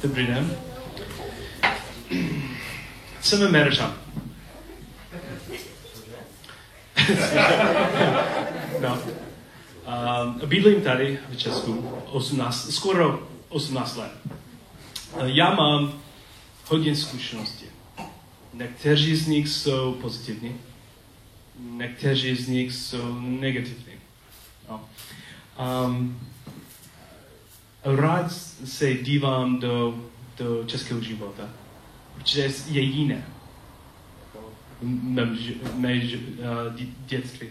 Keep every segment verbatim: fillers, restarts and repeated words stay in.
Dobrý den. Jsem Američan. No. Uh, bydlím tady v Česku osmnáct, skoro osmnáct let. Uh, já mám hodně zkušeností. Někteří z nich jsou pozitivní, někteří z nich jsou negativní. No. Um, rád se dívám do, do českého života, protože je jiné. Mé, mé uh, dětství.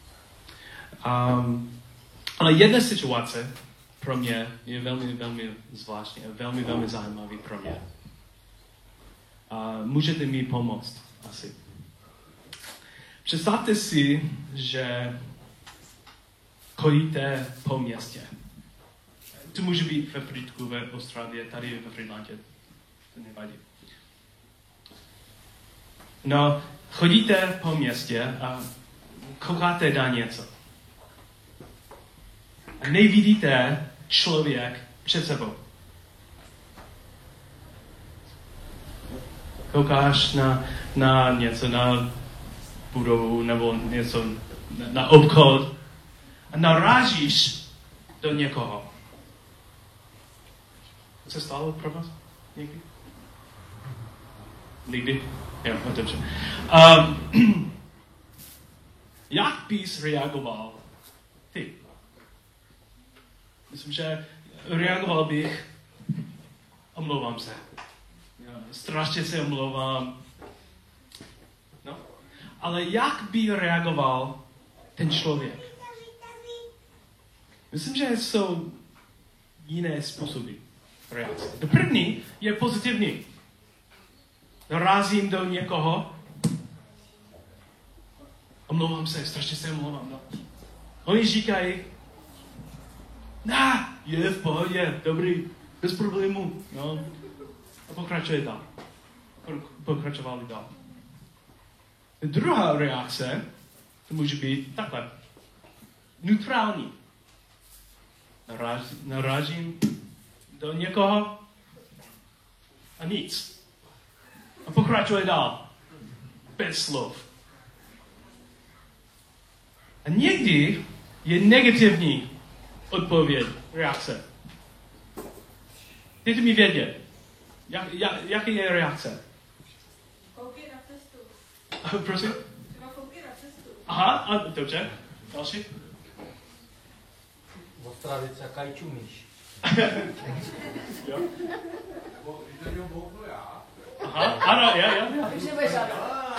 Um, ale jedna situace pro mě je velmi, velmi zvláštní a velmi, velmi zajímavý pro mě. Uh, můžete mi pomoct asi. Představte si, že chodíte po městě. To může být ve Britku, ve Austrálii, tady ve Frýdlantě. To nevadí. No, chodíte po městě a koukáte na něco. A nevidíte člověk před sebou. Koukáš na, na něco, na budovu nebo něco, na, na obchod a narážíš do někoho. Co se stalo pro vás někdy? Nikdy? Jo, no dobře. Um, jak bys reagoval ty? Myslím, že reagoval bych, omlouvám se. Jo, strašně se omlouvám. No. Ale jak by reagoval ten člověk? Myslím, že jsou jiné způsoby reakce. To první je pozitivní. Narazím do někoho. Omlouvám se, strašně se omlouvám. No. Oni říkají, na, je v pohodě, dobrý, bez problémů. No. A pokračuje dál. Pokračovali dál. Druhá reakce, to může být takhle. Neutrální. Narážím, narážím do někoho a nic. A pokračuje dál. Bez slov. A někdy je negativní odpověď, reakce. Dejte mi vědět. Jak, jak, jaká je reakce? Fouky na cestu. Prosím? Třeba fouky na cestu. Aha, a dobře. Další? V Austrálii čakají čumíš. Jo. Aha, ano, jo, jo, jo. Takže budeš ano.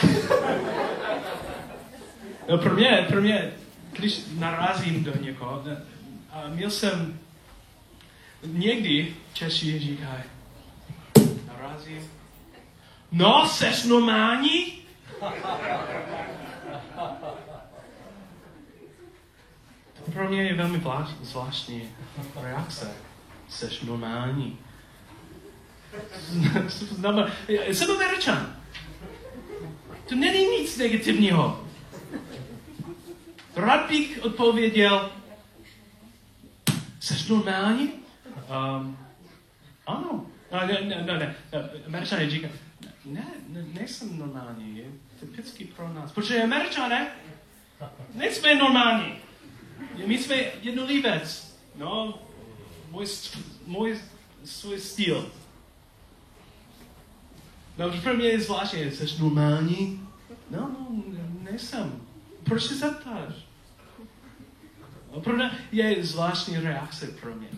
No pro mě, pro mě, když narazím do někoho, a měl jsem, někdy Češi říkají, narazím, no, seš normální? To pro mě je velmi zvláštní reakce. Seš normální. Jsem Američan. To není nic negativního. Rád bych odpověděl, seš normální? Um, ano. No, ne, ne, ne, ne. Američané říkají, ne, ne, nejsem normální. Je typický pro nás. Protože Američané nejsme normální. My jsme jednotlivec. No, můj, můj svůj styl. No, pro mě je zvláštní, jsi normální? No, no, nejsem. Proč se zeptáš? Pro mě je zvláštní reakce pro mě.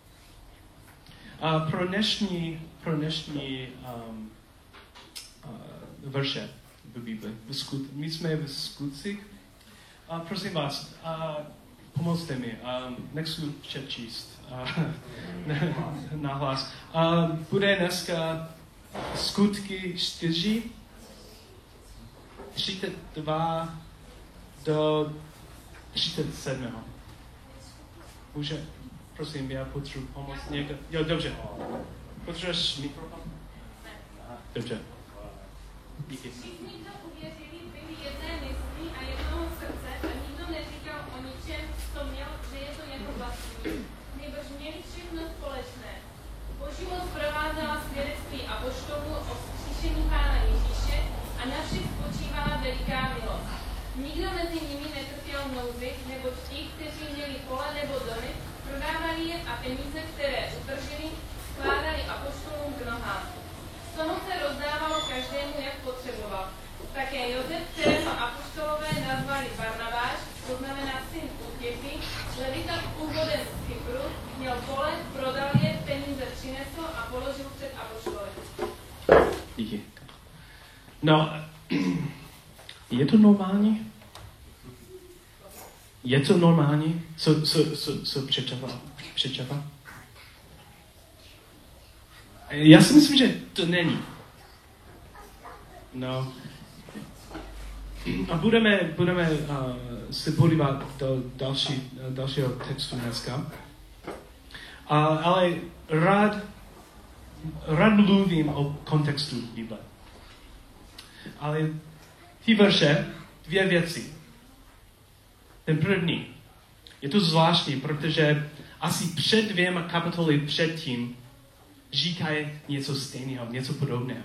A pro dnešní, pro dnešní um, uh, verše v Bibli, v skut, my jsme v skutcích. A prosím vás, uh, pomozte mi, uh, nechci přečíst uh, nahlas. Uh, bude dneska skutky čtyři, třicet dva do třicet sedm. Může, prosím, já potřebuji pomoct někdo. Jo, dobře. Potřebuješ mikrofon? Dobře. Díky. Všichni, kdo uvěřili, byli jedné mysli a jednoho srdce a nikdo neříkal o ničem, co měl, že je to jeho vlastní. Nebož měli všechno společné. Boží moc provázela svědectví apoštolů o vzkříšení Pána Ježíše a na všech spočívala veliká milost. Nikdo mezi nimi netrpěl nouzi, neboť ti, kteří měli pole nebo domy, prodávali je a peníze, které utržili, skládali apoštolům k nohám. Z toho se rozdávalo každému, jak potřeboval. Také Josef, kterého apoštolové nazvali Barnabáš, to znamená syn útěchy, levita původem z Kypru, měl pole, prodal je, peníze přinesl a položil před apoštoly. Díky. No, je to normální? Je to normální? Co, co, co, co přečava? přečava? Já si myslím, že to není. No. A budeme, budeme uh, se podívat do další, uh, dalšího textu dneska. Uh, ale rád, rád mluvím o kontextu Bible. Ale ty verše, dvě věci. Ten první. Je to zvláštní, protože asi před dvěma kapitoly předtím říkají něco stejného, něco podobného.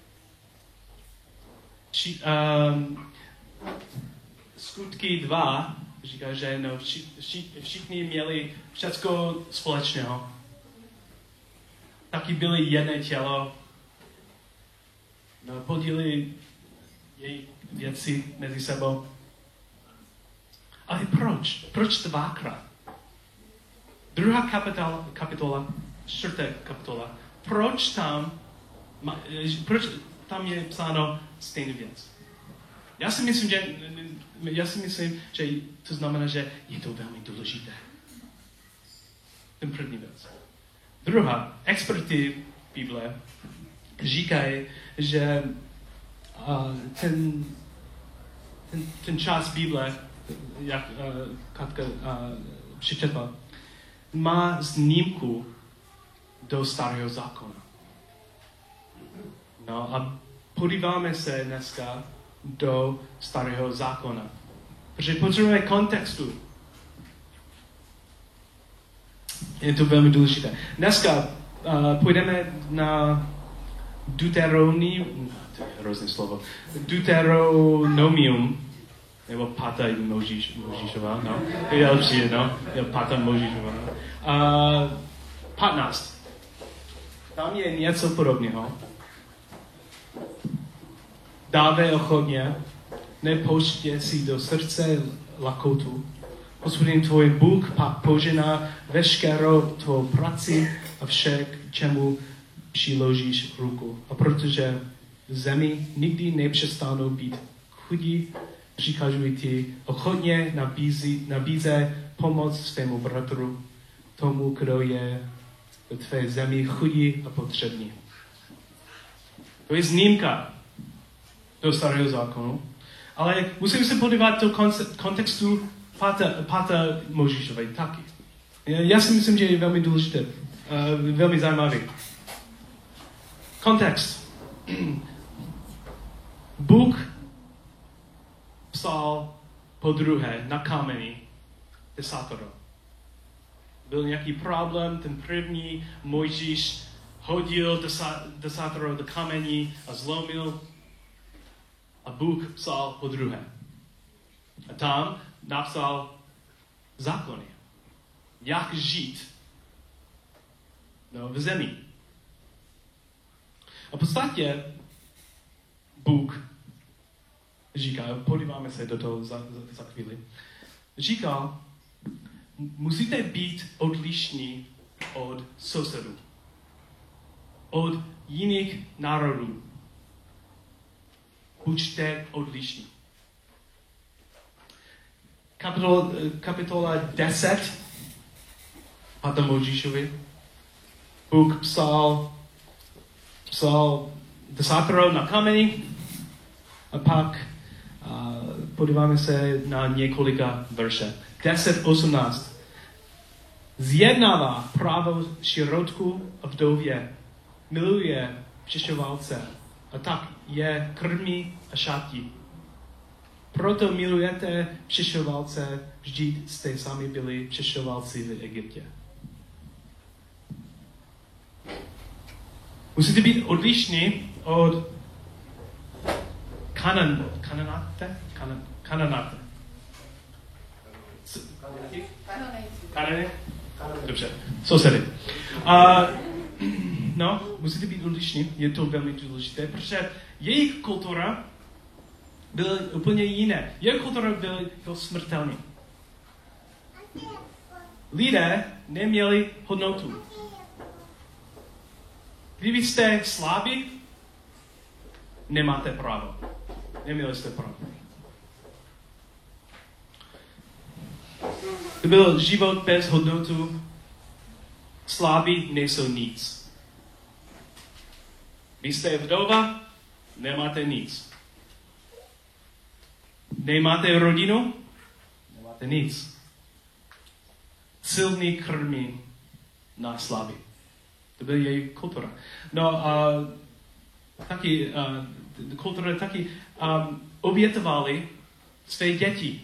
Či, um, Skutky dva říká, že no, vši, vši, všichni měli všecko společného. Taky byly jedné tělo. No, podílili její věci mezi sebou. Ale proč? Proč dvakrát? Druhá kapitola, kapitola čtvrtá kapitola. Proč tam, proč tam je psáno stejný věc? Já si myslím, že, já si myslím, že to znamená, že je to velmi důležité. Ten první věc. Druhá, experti Bible říkají, že uh, ten, ten, ten čas Bible, jak uh, Katka uh, přečetla, má znímku do Starého zákona. No a podíváme se dneska do Starého zákona. Protože potřebujeme kontextu. Je to velmi důležité. Dneska uh, půjdeme na Deuteronomium, to je hrozné slovo, Deuteronomium, nebo Pata Možíš, Možíšová, no, je lepší, no, je Pata Možíšová, no. Uh, patnáct. Tam je něco podobného. Dávej ochotně, nepouště si do srdce lakotu. Hospodin tvůj Bůh pak požená veškerou tvou práci a vše, k čemu přiložíš ruku. A protože v zemi nikdy nepřestanou být chudí, přikazuji ti ochotně nabízí, nabíze pomoc svému bratru, tomu, kdo je ve tvé zemi chudí a potřebný. To je znímka do Starého zákonu. Ale musím se podívat do kontextu Pata, Pata Možíšové taky. Já si myslím, že je velmi důležité, uh, velmi zajímavý. Kontext. Bůh psal po druhé na kameni desátoro. Byl nějaký problém, ten první Mojžíš hodil desátoro do kamení a zlomil a Bůh psal po druhé. A tam napsal zákony. Jak žít no, v zemi. A v podstatě Bůh říká, podíváme se do toho za, za, za chvíli, říká, musíte být odlišní od sousedů, od jiných národů. Buďte odlišní. Kapitola, kapitola deset, Pata Možíšovi, Bůh psal, psal desátoro na kameni a pak uh, podíváme se na několika verše. deset osmnáct. Zjednává právo širotku a vdově, miluje přišovalce a tak je krmí a šatí. Proto milujete přišovalce, vždyť jste sami byli přišovalci v Egyptě. Musíte být odlišní od kanan, kananáte? Kanan, kananáte. Kanany? Dobře, sousedy. Uh, no, musíte být odlišní, je to velmi důležité, protože jejich kultura byla úplně jiné. Jejich kultura byla jako smrtelná. Lidé neměli hodnotu. Kdyby jste slabí, nemáte právo. Neměli jste právo. To byl život bez hodnotu. Slabí nejsou nic. Vy jste vdova, nemáte nic. Nemáte rodinu, nemáte nic. Silný krmí na slabí. To byla její kultura. No a uh, taky, uh, kultura taky um, obětovali své děti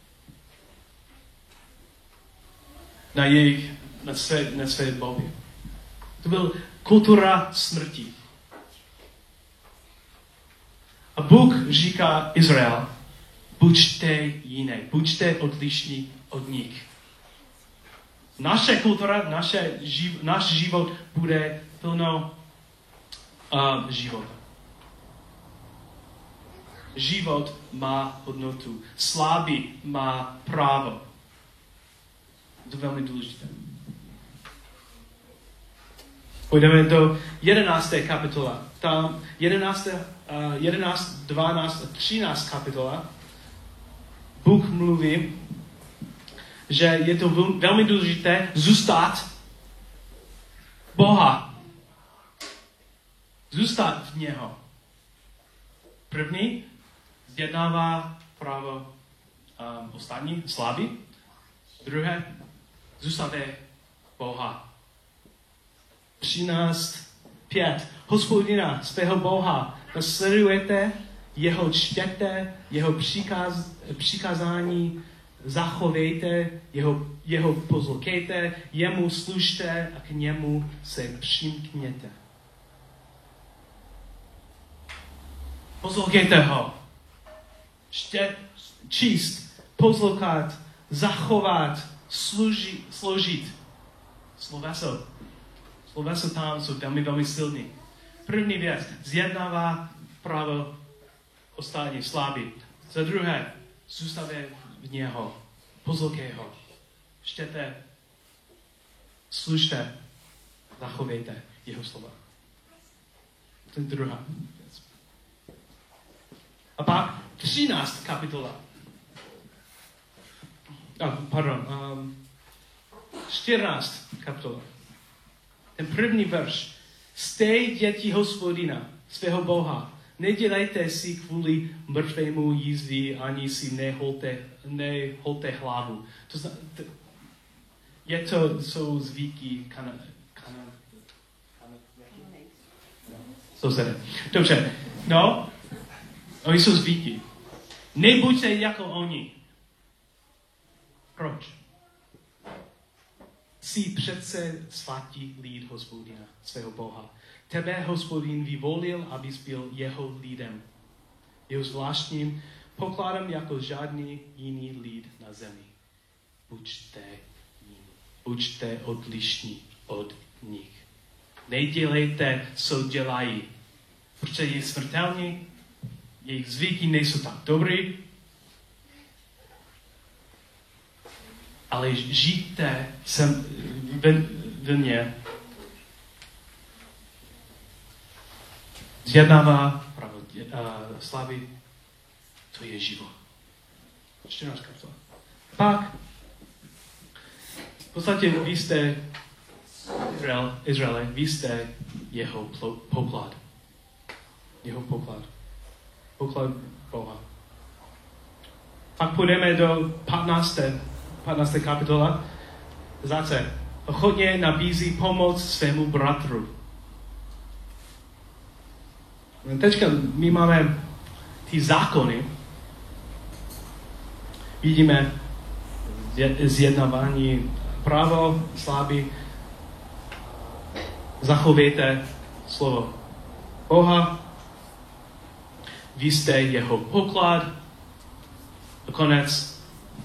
na jejich, na své, na své bohy. To byla kultura smrti. A Bůh říká Izrael, buďte jiné, buďte odlišní od nich. Naše kultura, naše, živ, náš život bude plno uh, života. Život má hodnotu. Slabý má právo. To je velmi důležité. Půjdeme do jedenácté kapitola. Tam jedenácté, jedenáct, dvanáct a třináct kapitola. Bůh mluví, že je to velmi důležité zůstat Boha. Zůstat v něho. První zjednává právo um, ostatní slabí. Druhé zůstat Boha. třináct pět. Hospodina, svého Boha, nasledujete, jeho čtěte, jeho přikaz, přikázání, zachovejte, jeho, jeho poslouchejte, jemu služte a k němu se přimkněte. Poslouchejte ho. Čtět, číst, poslouchat, zachovat, služi, složit. Sloveso. Sloveso tam jsou velmi, velmi silný. První věc, zjednává právo ostatní slabí. Za druhé, zůstane v něho. Poslouchej ho. Čtěte, služte, zachovejte jeho slova. To je druhá věc. A pak třináct kapitola. Oh, pardon. Um, čtrnáct kapitola. Ten první verš. Jste děti Hospodina, svého Boha. Nedělejte si kvůli mrtvému jízdy, ani si neholte, neholte hlavu. To zna, to, je to, jsou zvyky kana, kana, kana, kana, Dobře. No, oni jsou zvyky. Nebuďte jako oni. Proč? Jsi přece svatý lid Hospodina, svého Boha. Tebe Hospodin vyvolil, abys byl jeho lidem. Jeho zvláštním pokladem jako žádný jiný lid na zemi. Buďte jiní. Buďte odlišní od nich. Nedělejte, co dělají. Protože je smrtelní, jejich zvyky nejsou tak dobrý, ale žijte sem v ně. Zjednává právo uh, slavy, to je život. čtrnáct kapitola. Pak, v podstatě vy jste Izrael, Izraele, vy jste jeho poklad. Jeho poklad. Poklad Boha. Pak půjdeme do patnácté patnácté kapitola. Zase, ochotně nabízí pomoc svému bratru. Teďka my máme ty zákony. Vidíme zjednávání právo, slabý. Zachovejte, slovo Boha. Vy jste jeho poklad. A konec.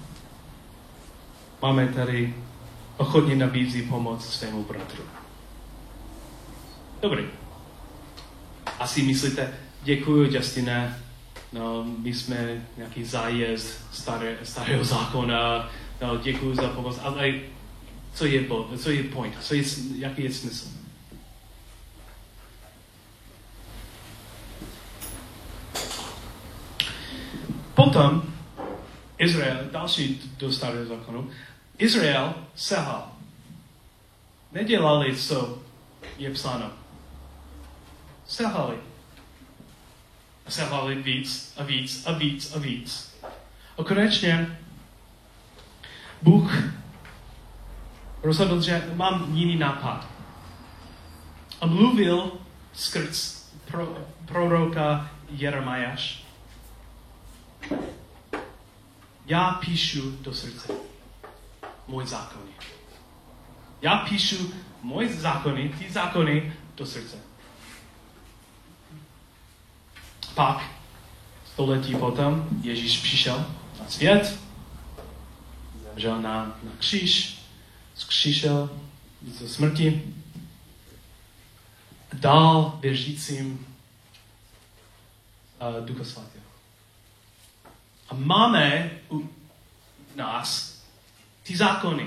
Máme tady ochotně nabízí pomoc svému bratru. Dobrý. Asi myslíte, děkuji, Justine, no, my jsme nějaký zájezd staré, starého zákona, no, děkuji za pomoc, ale co je, co je point, co je, jaký je smysl? Potom Izrael, další do starého zákonu, Izrael selhal. Nedělali, co je psáno. Selhali. Selhali víc a víc a víc a víc. A konečně Bůh rozhodl, že mám jiný nápad. A mluvil skrz pro, proroka Jeremiáš. Já píšu do srdce můj zákony. Já píšu můj zákony, ty zákony do srdce. Pak, století potom, Ježíš přišel na svět, zemřel na, na kříž, zkříšel ze smrti, dal věřícím uh, Ducha Svatého. A máme u nás ty zákony.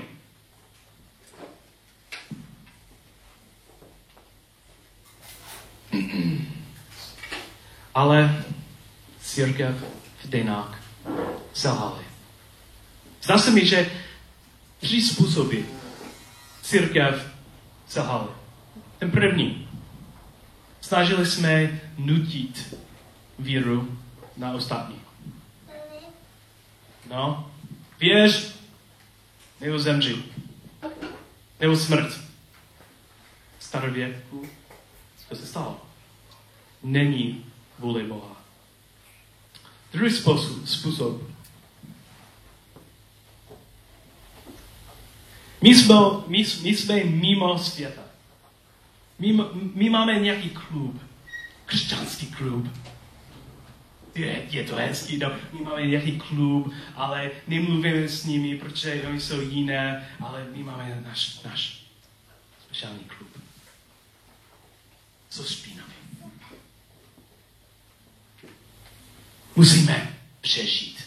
Ale církev v dějinách selhaly. Zdá se mi, že tři způsoby církev selhaly. Ten první. Snažili jsme nutit víru na ostatní. No, věř, nebo zemři. Nebo smrt. Starověku. Co se stalo? Není vůli Boha. Druhý způsob. způsob. My, jsme, my, my jsme mimo světa. My, my máme nějaký klub. Křesťanský klub. Je, je to hezký, no, my máme nějaký klub, ale nemluvíme s nimi, protože oni jsou jiné, ale my máme náš, náš speciální klub. Jsou špinaví. Musíme přežít.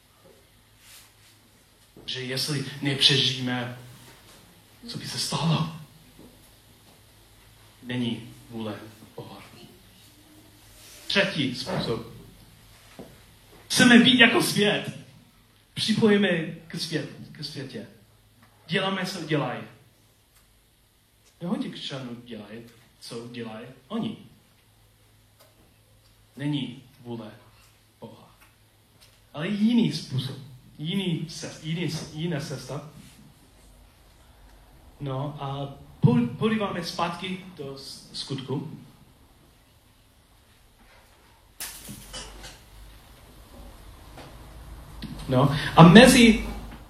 Že jestli nepřežijeme, co by se stalo? Není vůle Boha. Třetí způsob. Chceme být jako svět. Připojíme k, svět, k světě. Děláme, co dělají. Hodně křesťanů dělají, co dělají oni. Není vůle Boha. Ale jiný způsob. Jiný cest, jiný, jiná cesta. No a podíváme zpátky do skutku. No a mezi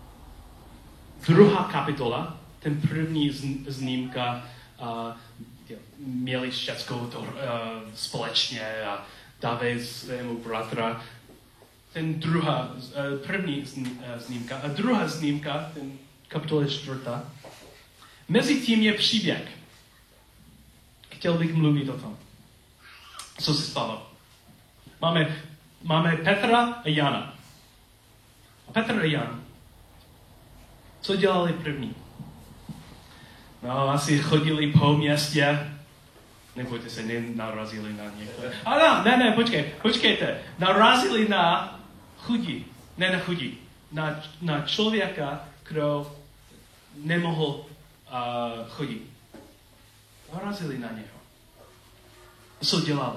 druhá kapitola, ten první znímka, uh, měli všecko to uh, společně a dávají svému bratra. Ten druhá, uh, první znímka a druhá znímka, ten kapitola čtvrtá. Mezi tím je příběh. Chtěl bych mluvit o tom. Co se stalo? Máme, máme Petra a Jana. Petr a Jan. Co dělali první? No, asi chodili po městě. Nebojte se, nenarazili na některé. A no, ne, ne, počkej, počkejte. Narazili na chudí. Ne na chudí. Na, na člověka, kdo nemohl uh, chodit. Narazili na něho. Co dělali?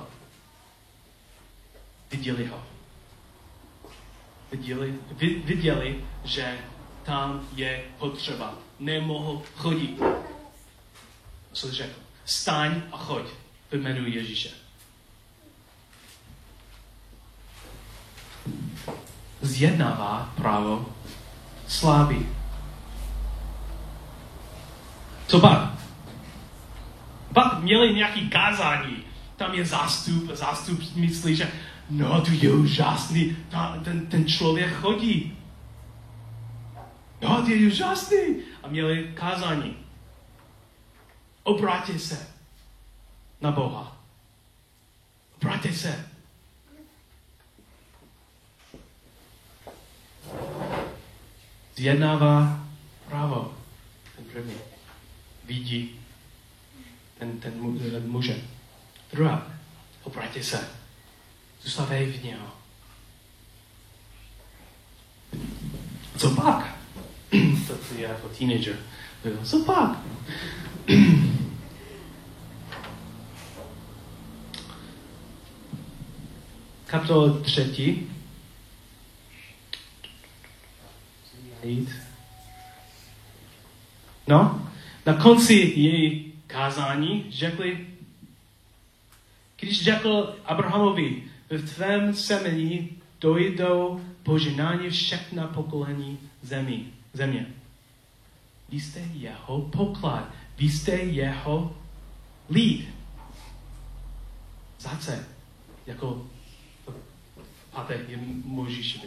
Viděli ho. Viděli, viděli, že tam je potřeba. Nemohl chodit. Co řekl? Staň a choď ve jménu Ježíše. Zjednává právo slabý. Co pak? Pak měli nějaký kázání. Tam je zástup a zástup myslí, že no, to je úžasný, ten, ten člověk chodí. No, to je úžasný. A měli kázání. Obrátě se na Boha. Obrátě se. Zjednává právo. Ten první. Vidí ten, ten muže. Druhá. Obrátě se. Zůstavej v něho. Co pak? To je jako teenager. Co pak? Kapitola třetí. No, na konci její kázání řekli, když řekl Abrahamovi, v tvém semeni dojdou požehnání všechna pokolení zemí, země. Vy jste jeho poklad, vy jste jeho lid. Zase, jako páté je Mojžíšovi.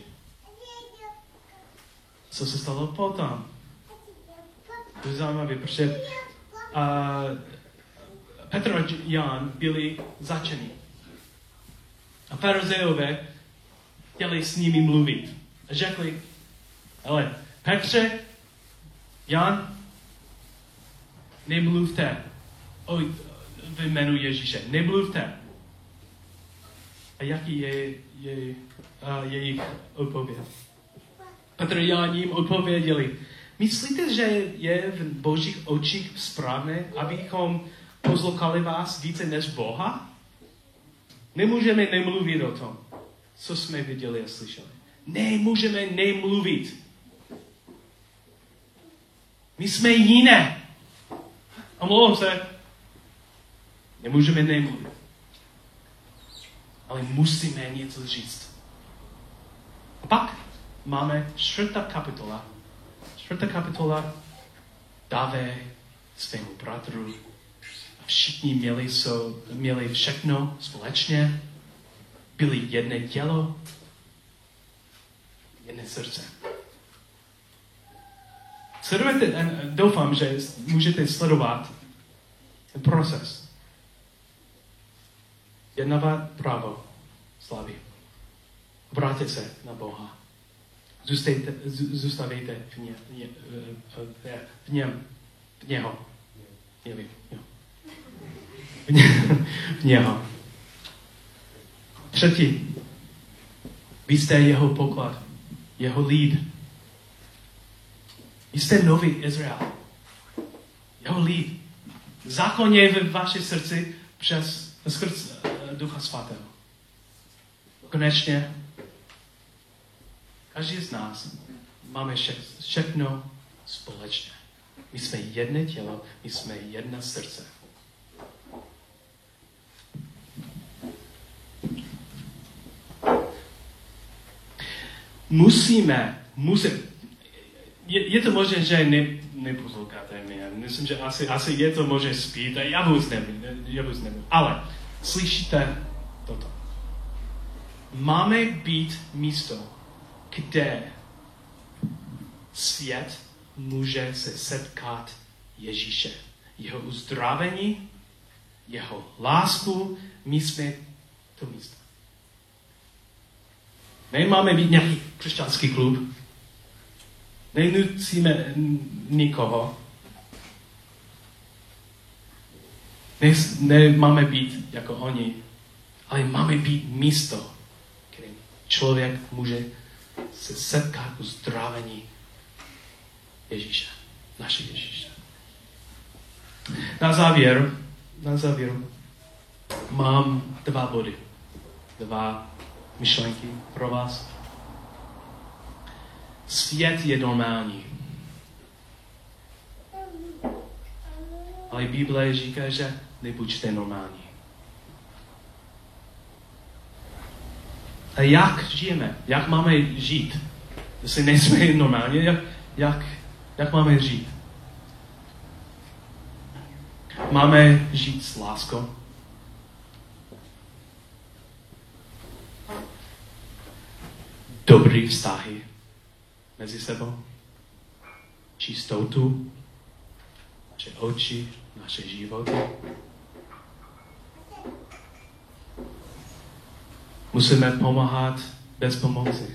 Co se stalo potom? To je zajímavé, protože uh, Petr a Jan byli začeni. A farizeové chtěli s nimi mluvit. A řekli, ale Petře, Jan, nemluvte o v jménu Ježíše. Nemluvte. A jaký je, je uh, jejich odpověď? Petr a Jan jim odpověděli, myslíte, že je v božích očích správné, abychom pozlokali vás více než Boha? Nemůžeme nemluvit o tom, co jsme viděli a slyšeli. Nemůžeme nemluvit. My jsme jiné. Omlouvám se. Nemůžeme nemluvit. Ale musíme něco říct. A pak máme čtvrtá kapitola. Čtvrtá kapitola dáve svému bratru. A všichni měli, so, měli všechno společně. Byli jedné tělo, jedné srdce. Sledujete, doufám, že můžete sledovat ten proces. Jednávat právo slavy. Obráťte se na Boha. Zůstejte, zůstavejte v, ně, v něm, v něho. Nevím, jo. V, ně, v něho. Třetí. Vy jste jeho poklad, jeho lid. Vy jste nový Izrael. Jeho lid. Zákon je ve vaše srdci přes skrz Ducha Svatého. Konečně každý z nás máme vše, všechno společné. My jsme jedné tělo, my jsme jedno srdce. Musíme, musíme, je, je to možné, že ne, neposloucháte mě. Myslím, že asi, asi je to možné spít a já vůbec nevím, já vůbec nevím. Ale slyšíte toto. Máme být místo, kde svět může se setkat Ježíše. Jeho uzdravení, jeho lásku, my jsme to místo. Nemáme být nějaký křesťanský klub. Nenucíme nikoho. Ne, nemáme být jako oni, ale máme být místo, kde člověk může se setkat uzdravení Ježíše, naše Ježíše. Na závěr, na závěr mám dva body, dva myšlenky pro vás. Svět je normální. Ale Bible říká, že nebuďte normální. A jak žijeme? Jak máme žít? Jestli nejsme normální, jak, jak, jak máme žít? Máme žít s láskou. Dobrý vztahy mezi sebou. Čistotu. Naše oči, naše životy. Musíme pomáhat bez pomoci.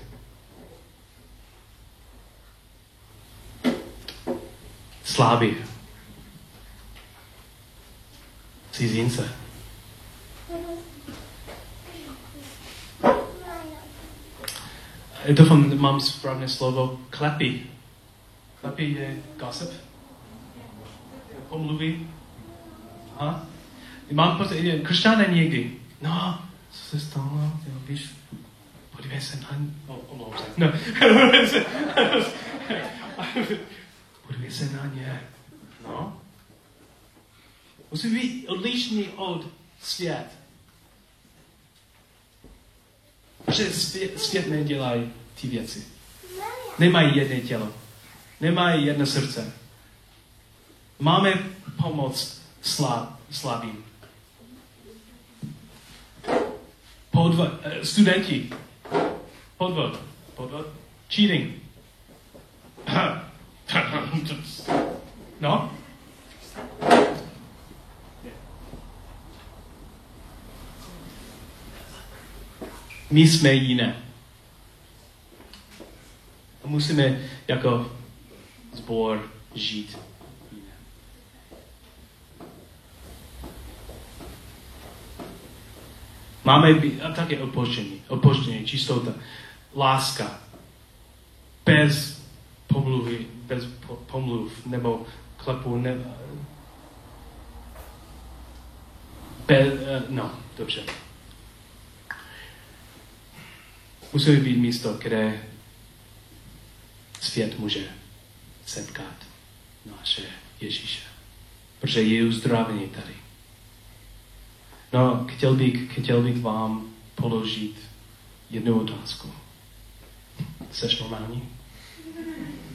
Slabí. Cizince. Doufám, mám správné slovo. Klepy. Klepy je gossip. Pomluví. Aha. Mám pocit, křesťané někdy. No, co se stalo? Jo, víš, podívej se na... Oh, omlouvám se. No. Podívej se na ně. No. Musí být odlišný od svět. Protože svět, svět nedělají ty věci. Nemají jedné tělo. Nemají jedno srdce. Máme pomoc slab, slabým. Podvod, uh, studenti. Podvod. Podvod. Cheating. No? My jsme jiné. A musíme jako sbor žít jiné. Máme být, a také odpoštění, odpoštění, čistota, láska, bez pomluvy, bez pomluv, nebo klepu, ne, bez, no, dobře. Musíme být místo, kde svět může setkat naše Ježíše. Protože je uzdravení tady. No, chtěl bych, chtěl bych vám položit jednu otázku. Jseš normální?